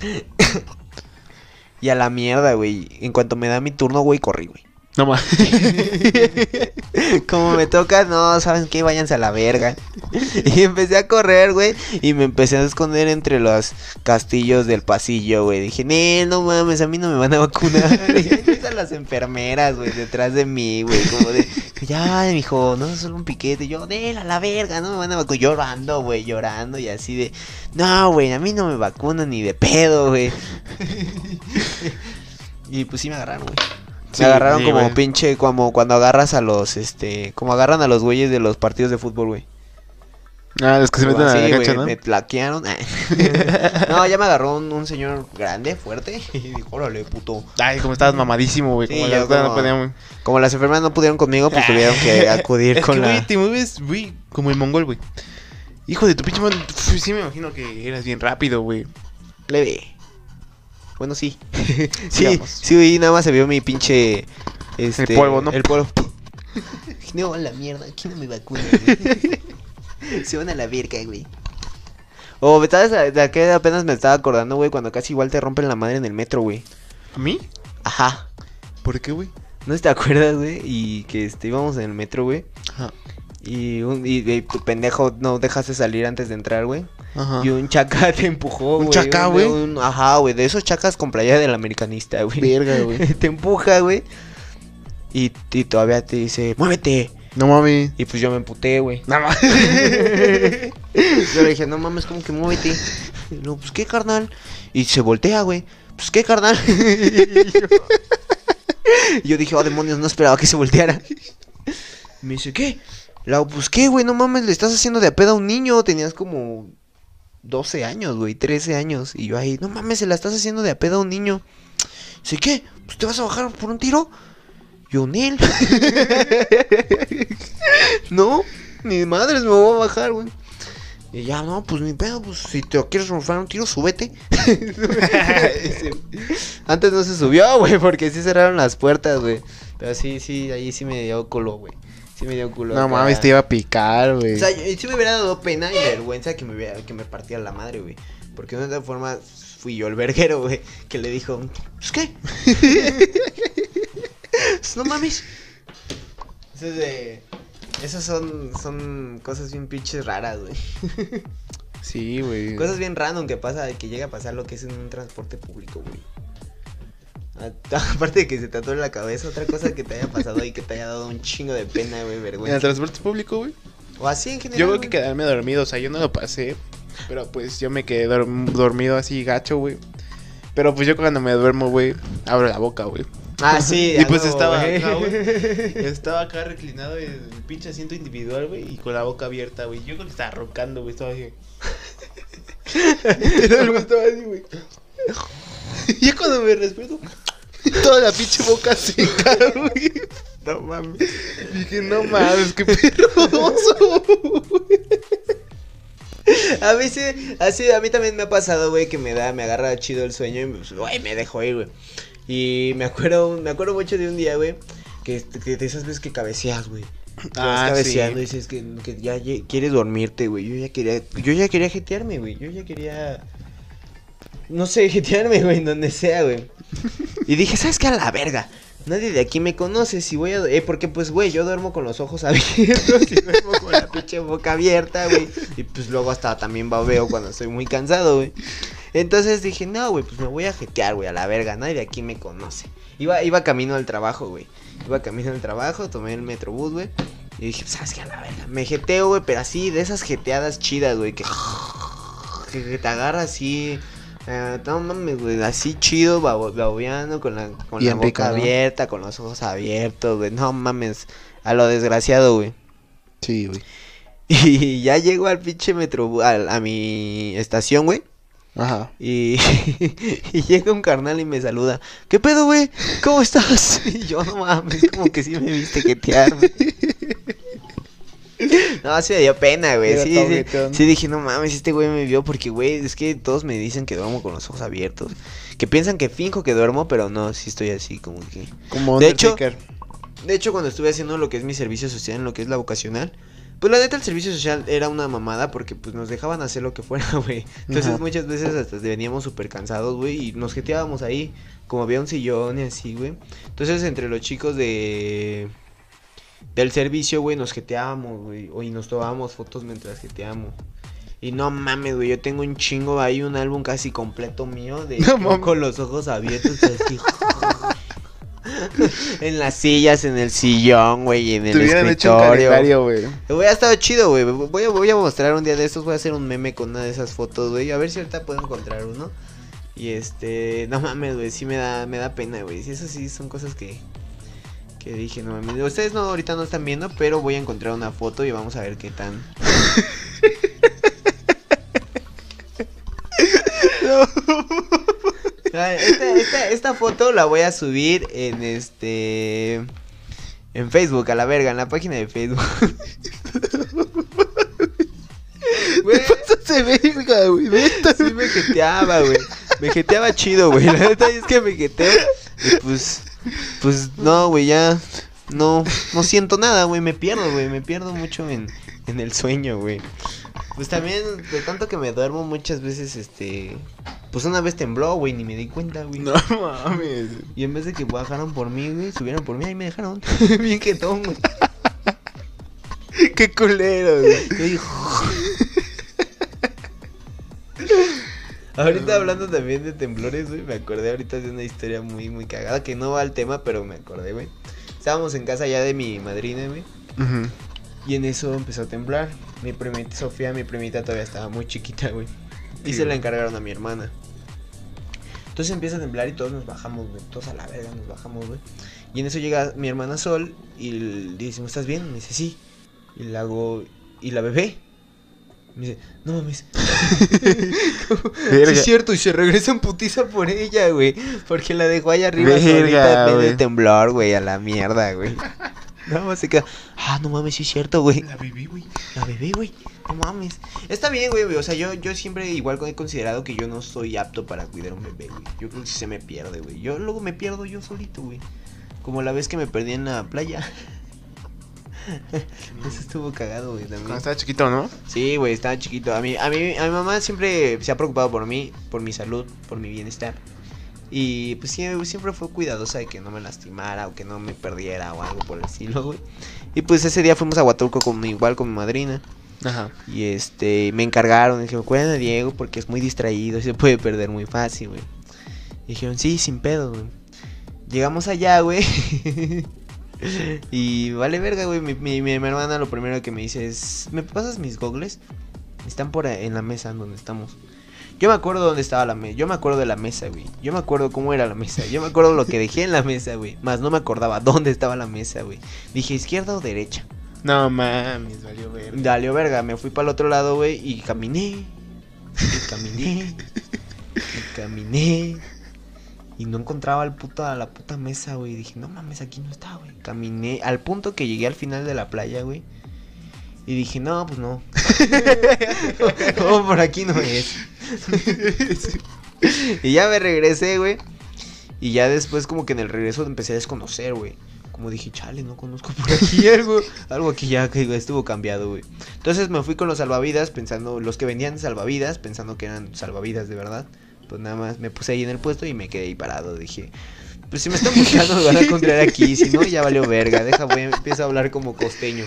Y a la mierda, güey, en cuanto me da mi turno, güey, corrí, güey. No mames. Como me toca, no, ¿saben qué? Váyanse a la verga. Y empecé a correr, güey. Y me empecé a esconder entre los castillos del pasillo, güey. Dije, nee, no mames, a mí no me van a vacunar. Y están las enfermeras, güey, detrás de mí, güey. Como de, ya, mijo, no es solo un piquete. Yo, de a la verga, no me van a vacunar. Llorando, güey, llorando. Y así de, no, güey, a mí no me vacunan ni de pedo, güey. Y pues sí me agarraron, güey. Sí, me agarraron sí, como güey. pinche, como cuando agarras a los, este, como agarran a los güeyes de los partidos de fútbol, güey. Ah, los que se meten a Sí, la cancha, güey, ¿no? me tlaquearon. No, ya me agarró un, un señor grande, fuerte, y dijo, órale, puto. Ay, como estabas mamadísimo, güey. Sí, Como yo la verdad no como- podía, güey. Como las enfermeras no pudieron conmigo, pues tuvieron que acudir Es con que, la... güey, te mueves, güey, como el mongol, güey. Hijo de tu pinche madre. Uf, sí me imagino que eras bien rápido, güey. Leve. Bueno, sí. Sí, Sigamos. sí, güey, nada más se vio mi pinche... Este, El polvo, ¿no? El polvo. No, la mierda, aquí no me vacunan, güey. Se van a la verga, güey. Oh, ¿sabes de qué apenas me estaba acordando, güey? Cuando casi igual te rompen la madre en el metro, güey. ¿A mí? Ajá. ¿Por qué, güey? ¿No te acuerdas, güey? Y que este, íbamos en el metro, güey. Ajá. Y, un, y, y tu pendejo no dejaste salir antes de entrar, güey. Ajá. Y un chaca te empujó, ¿Un güey. chaca, un- güey? un- Ajá, güey. De esos chacas con playa del americanista, güey. Verga, güey. Te empuja, güey. Y, y todavía te dice, muévete. No mames. Y pues yo me emputé, güey. No mames. Yo le dije, no mames, ¿cómo que muévete? Y no, pues qué, carnal. Y se voltea, güey. Pues qué, carnal. Y yo dije, oh, demonios, no esperaba que se volteara. Me dice, ¿qué? La, pues qué, güey, no mames, le estás haciendo de a pedo a un niño. Tenías como doce años, güey, trece años. Y yo ahí, no mames, se la estás haciendo de a pedo a un niño. Dice, ¿qué? ¿Pues te vas a bajar por un tiro? Yo, Nel. No, ni madres me voy a bajar, güey. Y ya, no, pues ni pedo, pues si te quieres romper un tiro, súbete. Antes no se subió, güey, porque sí cerraron las puertas, güey. Pero sí, sí, ahí sí me dio culo, güey. Sí me dio culo. No acá. mames, te iba a picar, güey. O sea, yo, sí me hubiera dado pena y vergüenza que me, hubiera, que me partiera la madre, güey. Porque de otra forma fui yo el verguero, güey, que le dijo, pues qué. Pues, no mames. Eso es de... Esas son, son cosas bien pinches raras, güey. Sí, güey. Cosas bien random que pasa, que llega a pasar lo que es en un transporte público, güey. A- Aparte de que se te atore la cabeza, otra cosa que te haya pasado y que te haya dado un chingo de pena, güey, En el vergüenza. transporte público, güey. O así en general. Yo creo que güey. quedarme dormido, o sea, yo no lo pasé. Pero pues yo me quedé dorm- dormido así gacho, güey. Pero pues yo cuando me duermo, güey, abro la boca, güey. Ah, sí. Y a pues huevo, estaba güey. acá, güey. Estaba acá reclinado en el pinche asiento individual, güey, y con la boca abierta, güey. Yo creo que estaba roncando, güey, estaba así. Literal, güey, estaba así, güey. Y ya cuando me respeto, toda la pinche boca seca, güey. No mames. Dije, no mames, qué perroso, güey. A veces, así, a mí también me ha pasado, güey, que me da, me agarra chido el sueño y, pues, güey, me dejo ir, güey. Y me acuerdo, me acuerdo mucho de un día, güey, que, que de esas veces que cabeceas, güey. Ah, Vas cabeceando sí. y dices que, que ya, ya quieres dormirte, güey. Yo ya quería, yo ya quería jetearme, güey. Yo ya quería, no sé, jetearme, güey, en donde sea, güey. Y dije, ¿sabes qué? A la verga. Nadie de aquí me conoce, si voy a... Eh, porque pues, güey, yo duermo con los ojos abiertos y duermo con la pinche boca abierta, güey. Y pues luego hasta también babeo cuando estoy muy cansado, güey. Entonces dije, no, güey, pues me voy a jetear, güey, a la verga. Nadie de aquí me conoce. Iba, iba camino al trabajo, güey. Iba camino al trabajo, tomé el metrobús, güey. Y dije, ¿sabes qué? A la verga. Me jeteo, güey, pero así, de esas jeteadas chidas, güey, que... Que, que te agarra así... Uh, no mames, güey, así chido, babo, babobeando con la, con Bien la boca rico, ¿no? abierta, con los ojos abiertos, güey, no mames, a lo desgraciado, güey. Sí, güey. Y ya llego al pinche metro, a, a mi estación, güey. Ajá. Y, y llega un carnal y me saluda. ¿Qué pedo, güey? ¿Cómo estás? Y yo, no mames, como que sí me viste jetearme. No, sí me dio pena, güey. Era Sí, todo sí, gritón. sí dije, no mames, este güey me vio porque, güey, es que todos me dicen que duermo con los ojos abiertos. Que piensan que finjo que duermo, pero no, sí estoy así como que... Como De hecho, Undertaker. De hecho, cuando estuve haciendo lo que es mi servicio social, en lo que es la vocacional, pues la neta el servicio social era una mamada porque pues nos dejaban hacer lo que fuera, güey. Entonces Ajá. muchas veces hasta veníamos súper cansados, güey, y nos jeteábamos ahí, como había un sillón y así, güey. Entonces entre los chicos de... del servicio, güey, nos jeteábamos, güey, o y nos tomábamos fotos mientras jeteábamos. Y no mames, güey, yo tengo un chingo ahí, un álbum casi completo mío de No yo mames. con los ojos abiertos así. En las sillas, en el sillón, güey, en el Te hubieran hecho un escritorio. calendario, güey. Güey, ha estado chido, güey. Voy a, voy a mostrar un día de estos, voy a hacer un meme con una de esas fotos, güey. A ver si ahorita puedo encontrar uno. Y este, no mames, güey, sí me da, me da pena, güey. Sí, eso sí son cosas que, que dije, no mames. Ustedes no, ahorita no están viendo, pero voy a encontrar una foto y vamos a ver qué tan. Ah, Esta, esta, esta foto la voy a subir en este. En Facebook, a la verga, en la página de Facebook. Güey, Se verga, güey. Neta. sí me jeteaba, güey. Me jeteaba chido, güey. La neta es que me jeteo. Y pues. Pues no, güey, ya. No, no siento nada, güey. Me pierdo, güey. Me pierdo mucho en, en el sueño, güey. Pues también, de tanto que me duermo muchas veces, este. Pues una vez tembló, güey, ni me di cuenta, güey. No mames. Y en vez de que bajaran por mí, güey, subieran por mí, ahí me dejaron. Bien jetón, güey. Qué culero, güey. Yo dije, ahorita hablando también de temblores, güey, me acordé ahorita de una historia muy, muy cagada, que no va al tema, pero me acordé, güey. Estábamos en casa ya de mi madrina, güey, Ujú. y en eso empezó a temblar. Mi primita Sofía, mi primita todavía estaba muy chiquita, güey, y Sí, se la güey. encargaron a mi hermana. Entonces empieza a temblar y todos nos bajamos, güey, todos a la verga nos bajamos, güey. Y en eso llega mi hermana Sol y le decimos, ¿estás bien? Me dice, sí. Y le hago, ¿y la bebé? Me dice, no mames. Sí, es cierto, y se regresa en putiza por ella, güey. Porque la dejó allá arriba Verga, solita en medio de güey. temblor, güey, a la mierda, güey. No, se queda, ah, no mames, sí es cierto, güey. La bebé, güey. La bebé, güey, no mames. Está bien, güey, güey, o sea, yo, yo siempre igual he considerado que yo no soy apto para cuidar a un bebé, güey. Yo creo que sí se me pierde, güey. Yo luego me pierdo yo solito, güey. Como la vez que me perdí en la playa. Eso estuvo cagado, güey, también. Cuando estaba chiquito, ¿no? Sí, güey, estaba chiquito. A mí, a mí, a mi mamá siempre se ha preocupado por mí, por mi salud, por mi bienestar. Y pues sí, siempre fue cuidadosa de que no me lastimara o que no me perdiera o algo por el estilo, güey. Y pues ese día fuimos a Huatulco con, igual con mi madrina. Ajá. Y este, me encargaron, dijeron, cuiden a Diego porque es muy distraído y se puede perder muy fácil, güey. Y dijeron, sí, sin pedo, güey. Llegamos allá, güey. Y vale verga, güey. Mi, mi, mi hermana lo primero que me dice es, ¿me pasas mis gogles? Están por ahí en la mesa en donde estamos. Yo me acuerdo dónde estaba la mesa. Yo me acuerdo de la mesa, güey. Yo me acuerdo cómo era la mesa. Yo me acuerdo lo que dejé en la mesa, güey. Más no me acordaba dónde estaba la mesa, güey. Dije, ¿izquierda o derecha? No mames, valió ver. Dale, verga. Me fui para el otro lado, güey. Y caminé. Y caminé. Y caminé. Y no encontraba al puto, a la puta mesa, güey. Dije, no mames, aquí no está, güey. Caminé al punto que llegué al final de la playa, güey. Y dije, no, pues no. No, por aquí no es. Y ya me regresé, güey. Y ya después como que en el regreso empecé a desconocer, güey. Como dije, chale, no conozco por aquí algo. Algo aquí ya que estuvo cambiado, güey. Entonces me fui con los salvavidas pensando, los que vendían salvavidas, pensando que eran salvavidas de verdad. Pues nada más me puse ahí en el puesto y me quedé ahí parado. Dije, pues si me están buscando me van a encontrar aquí. Si no, ya valió verga. Deja, güey, empiezo a hablar como costeño.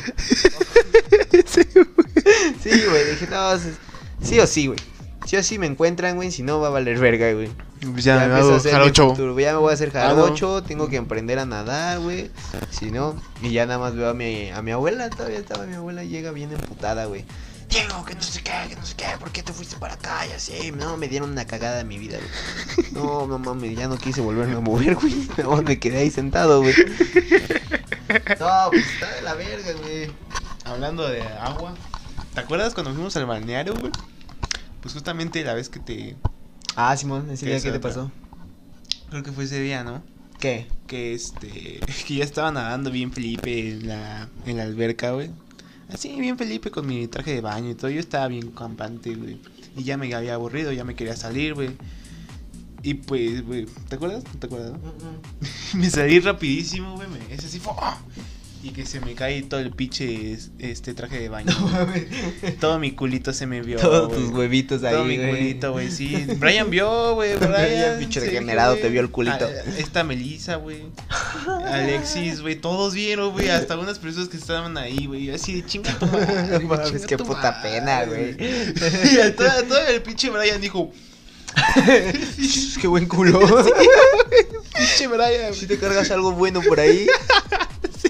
Sí, güey, dije, no, sí o sí, güey. Sí o sí me encuentran, güey, si no va a valer verga, güey. Pues ya, ya me hago jarocho. Ya me voy a hacer jarocho, ah, no. Tengo que aprender a nadar, güey. Si no, y ya nada más veo a mi, a mi abuela, todavía estaba mi abuela, llega bien emputada, güey. Diego, que no sé qué, que no sé qué, ¿por qué te fuiste para acá? Y así, no, me dieron una cagada en mi vida, güey. No, no mames, ya no quise volverme a mover, güey. No, me quedé ahí sentado, güey. No, pues está de la verga, güey. Hablando de agua, ¿te acuerdas cuando fuimos al balneario, güey? Pues justamente la vez que te... Ah, Simón, ese día, ¿qué te pasó? Creo que fue ese día, ¿no? ¿Qué? Que este... Que ya estaba nadando bien Felipe en la, en la alberca, güey. Así, bien Felipe con mi traje de baño y todo. Yo estaba bien campante, güey. Y ya me había aburrido, ya me quería salir, güey. Y pues, güey, ¿te acuerdas? ¿Te acuerdas, no? Uh-uh. Me salí rapidísimo, güey. Me... Es así, ¡oh! Y que se me cae todo el pinche este traje de baño. No, todo mi culito se me vio. Todos wey. Tus huevitos ahí. Todo mi wey. culito, güey, sí. Brian vio, güey. Brian, pinche degenerado, te vio el culito. A, esta Melissa, güey. Alexis, güey. Todos vieron, güey. Hasta unas personas que estaban ahí, güey. Así de chinga tu madre. No mames, qué puta madre, pena, güey. Y todo, todo el pinche Brian dijo. Qué buen culo. Sí, pinche Brian. Si te cargas algo bueno por ahí. Sí.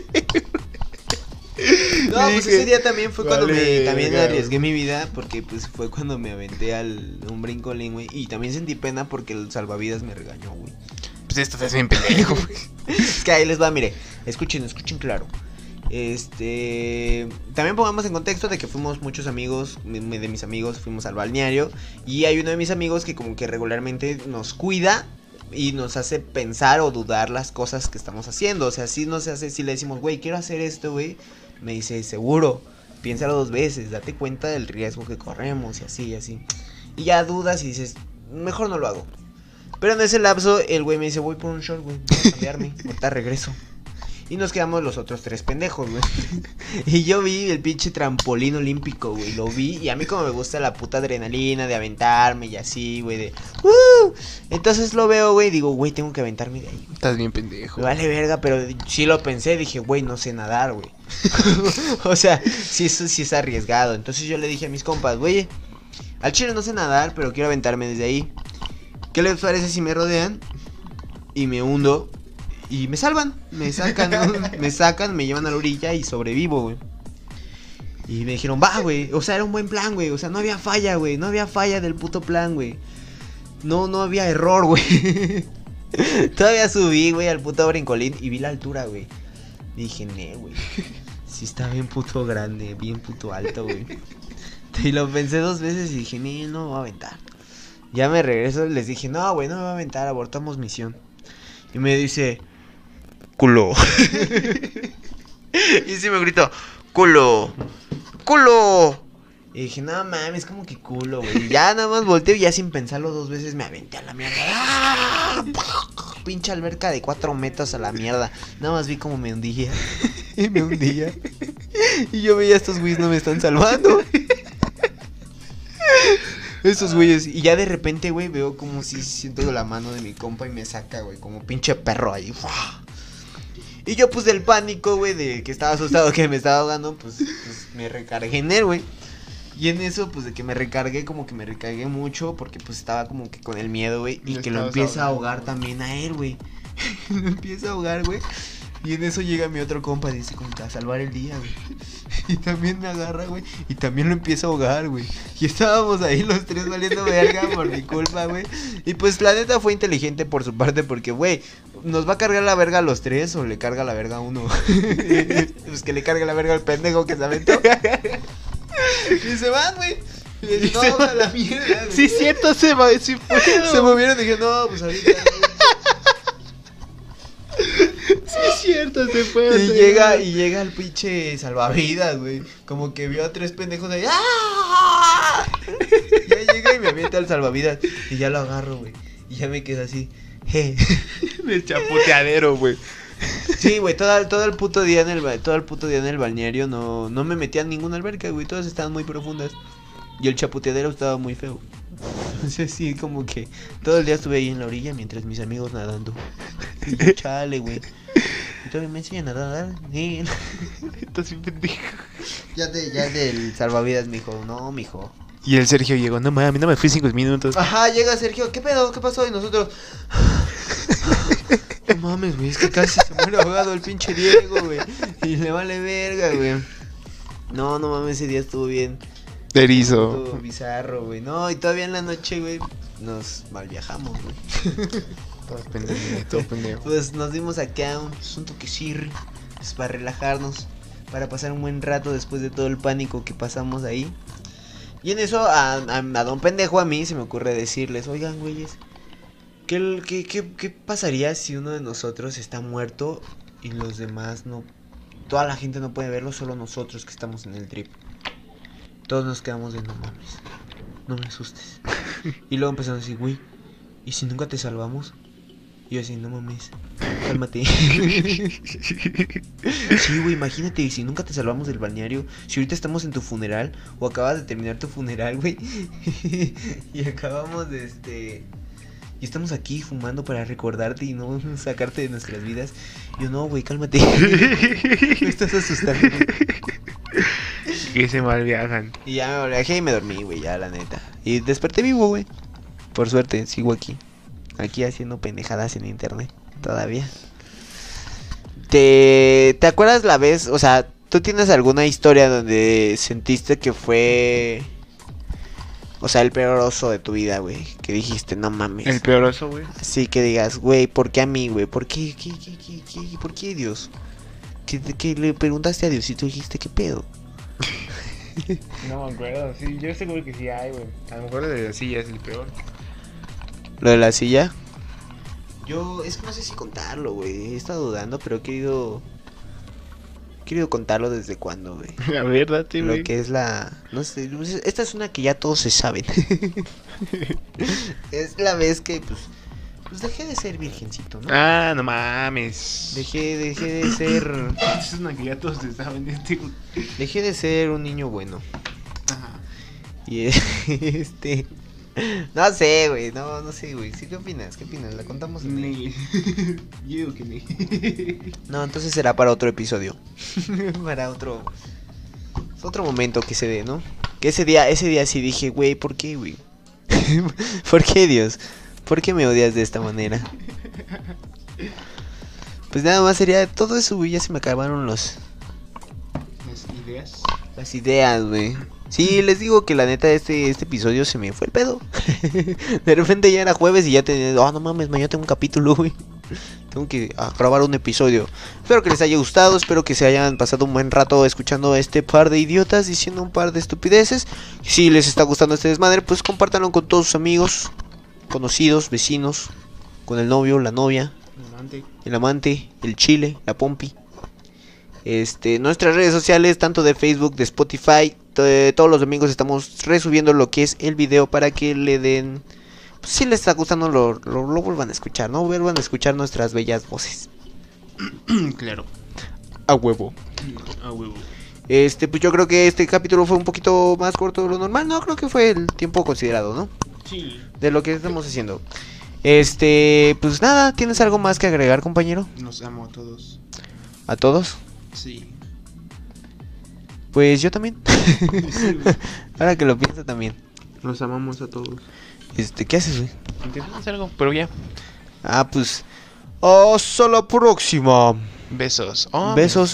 No, pues ese día también fue cuando vale, me también claro. arriesgué mi vida, porque pues fue cuando me aventé al un brincolín, güey, y también sentí pena porque el salvavidas me regañó, güey. Pues esto te hace bien pendejo, güey. Es que ahí les va, mire, escuchen, escuchen claro. Este, también pongamos en contexto de que fuimos muchos amigos, de mis amigos fuimos al balneario, y hay uno de mis amigos que como que regularmente nos cuida y nos hace pensar o dudar las cosas que estamos haciendo. O sea, si nos hace, si le decimos, güey, quiero hacer esto, güey, me dice, seguro, piénsalo dos veces, date cuenta del riesgo que corremos y así, y así. Y ya dudas y dices, mejor no lo hago. Pero en ese lapso, el güey me dice, voy por un short, güey, voy a cambiarme, ahorita regreso. Y nos quedamos los otros tres pendejos, güey. Y yo vi el pinche trampolín olímpico, güey. Lo vi y a mí como me gusta la puta adrenalina de aventarme y así, güey, de... ¡Uh! Entonces lo veo, güey, y digo, güey, tengo que aventarme de ahí. Estás bien pendejo. Me vale verga, pero sí lo pensé, dije, güey, no sé nadar, güey. O sea, sí, eso sí es arriesgado. Entonces yo le dije a mis compas, güey, al chile no sé nadar, pero quiero aventarme desde ahí. ¿Qué les parece si me rodean y me hundo? Y me salvan, me sacan, ¿no? me sacan, me llevan a la orilla y sobrevivo, güey. Y me dijeron, va, güey, o sea, era un buen plan, güey. O sea, no había falla, güey, no había falla del puto plan, güey. No, no había error, güey. Todavía subí, güey, al puto brincolín y vi la altura, güey. Dije, ne, güey, sí está bien puto grande, bien puto alto, güey. Y lo pensé dos veces y dije, ne, no me voy a aventar. Ya me regreso, les dije, no, güey, no me voy a aventar, abortamos misión. Y me dice... culo. Y sí me gritó, culo, culo. Y dije, no mames, como que culo, güey. Y ya nada más volteo y ya sin pensarlo dos veces me aventé a la mierda. ¡Ah! Pinche alberca de cuatro metros a la mierda. Nada más vi como me hundía. Y me hundía. Y yo veía, estos güeyes no me están salvando. Estos güeyes. Y ya de repente, güey, veo como si siento la mano de mi compa y me saca, güey, como pinche perro ahí. Y yo, pues, del pánico, güey, de que estaba asustado que me estaba ahogando, pues, pues me recargué en él, güey. Y en eso, pues, de que me recargué, como que me recargué mucho, porque, pues, estaba como que con el miedo, güey. Y que lo empieza a ahogar también a él, güey. Lo empieza a ahogar, güey. Y en eso llega mi otro compa y dice, como que a salvar el día, güey. Y también me agarra, güey. Y también lo empieza a ahogar, güey. Y estábamos ahí los tres valiendo verga por mi culpa, güey. Y pues la neta fue inteligente por su parte porque, güey, ¿nos va a cargar la verga a los tres o le carga la verga a uno? Pues que le cargue la verga al pendejo que se aventó. Y se van, güey. Y le dije, no, a la mierda, güey. Sí, cierto, se va, sí fue. Se movieron y dije, no, pues ahorita, güey. Sí, es cierto. cierto, se fue. Y llega, y llega el pinche salvavidas, güey. Como que vio a tres pendejos ahí. ¡Ah! Ya llega y me avienta el salvavidas. Y ya lo agarro, güey. Y ya me quedo así. Je. De chapoteadero, güey. Sí, güey, todo, todo el puto día en el ba- todo el puto día en el balneario no, no me metía en ninguna alberca, güey. Todas estaban muy profundas. Y el chapoteadero estaba muy feo. Entonces sí, como que todo el día estuve ahí en la orilla mientras mis amigos nadando. Y yo, chale, güey. Y todavía me enseñan a nadar. Sí. Estás bien pendejo. Ya, de, ya del salvavidas, mijo. No, mijo. Y el Sergio llegó, no mames, no me fui cinco minutos. Ajá, llega Sergio. ¿Qué pedo? ¿Qué pasó? Y nosotros... No mames, güey, es que casi se muere ahogado el pinche Diego, güey. Y le vale verga, güey. No, no mames, ese día estuvo bien. Erizo. Estuvo bizarro, güey. No, y todavía en la noche, güey, nos mal viajamos, güey. Todos pendejos, todos pendejos. Pues nos dimos acá un, pues, un toquecir, pues, para relajarnos, para pasar un buen rato después de todo el pánico que pasamos ahí. Y en eso a, a, a don pendejo, a mí se me ocurre decirles, oigan, güeyes, ¿qué, qué, qué, ¿qué pasaría si uno de nosotros está muerto y los demás no? Toda la gente no puede verlo, solo nosotros que estamos en el trip. Todos nos quedamos de no mames, no me asustes. Y luego empezaron a decir, güey, ¿y si nunca te salvamos? Y yo así, no mames, cálmate. Sí, güey, imagínate, si nunca te salvamos del balneario, si ahorita estamos en tu funeral, o acabas de terminar tu funeral, güey, y acabamos de este... Y estamos aquí fumando para recordarte y no sacarte de nuestras vidas. Y yo, no, güey, cálmate. Me estás asustando. Que se mal viajan. Y ya me viajé y me dormí, güey, ya, la neta. Y desperté vivo, güey. Por suerte, sigo aquí. Aquí haciendo pendejadas en internet. Todavía. ¿Te, ¿Te acuerdas la vez? O sea, ¿tú tienes alguna historia donde sentiste que fue... O sea, el peor oso de tu vida, güey? Que dijiste, no mames. El peor oso, güey. Así que digas, güey, ¿por qué a mí, güey? ¿Por qué, qué, qué, qué, qué, por qué Dios? ¿Qué, qué le preguntaste a Dios y tú dijiste, qué pedo? No me acuerdo, sí, yo seguro que sí hay, güey. A lo mejor lo de la silla es el peor. ¿Lo de la silla? Yo, es que no sé si contarlo, güey. He estado dudando, pero he querido... He querido contarlo desde cuándo, güey. La verdad, sí, güey. Lo que es la... No sé, esta es una que ya todos se saben. Es la vez que, pues... Pues dejé de ser virgencito, ¿no? Ah, no mames. Dejé, dejé de ser... Es una que ya todos se saben, este, güey. Dejé de ser un niño bueno. Ajá. Y este... No sé, güey, no, no sé, güey. ¿Sí, qué opinas? ¿Qué opinas? ¿La contamos en el... Ni. Yo digo que ni. No, entonces será para otro episodio. Para otro... Otro momento que se dé, ¿no? Que ese día, ese día sí dije, güey, ¿por qué, güey? ¿Por qué, Dios? ¿Por qué me odias de esta manera? Pues nada más sería todo eso, güey. Ya se me acabaron los... Las ideas. Las ideas, güey. Sí, les digo que la neta este, este episodio se me fue el pedo. De repente ya era jueves y ya tenía... Oh, no mames, mañana tengo un capítulo, güey. Tengo que ah, grabar un episodio. Espero que les haya gustado. Espero que se hayan pasado un buen rato escuchando a este par de idiotas diciendo un par de estupideces. Si les está gustando este desmadre, pues compártanlo con todos sus amigos, conocidos, vecinos, con el novio, la novia, Amante. el amante, el chile, la pompi. Este, nuestras redes sociales, tanto de Facebook, de Spotify, t- todos los domingos estamos resubiendo lo que es el video para que le den, pues, si les está gustando lo, lo, lo vuelvan a escuchar, ¿no? Vuelvan a escuchar nuestras bellas voces. Claro. A huevo. A huevo. Este, pues yo creo que este capítulo fue un poquito más corto de lo normal, no, creo que fue el tiempo considerado, ¿no? Sí. De lo que estamos haciendo. Este, pues nada, ¿tienes algo más que agregar, compañero? Los amo a todos. ¿A todos? Sí. Pues yo también. Sí, güey. Ahora que lo pienso también. Los amamos a todos. Este, ¿qué haces, güey? Intentamos hacer algo, pero ya. Ah, pues... Hasta la próxima. Besos. Oh, Besos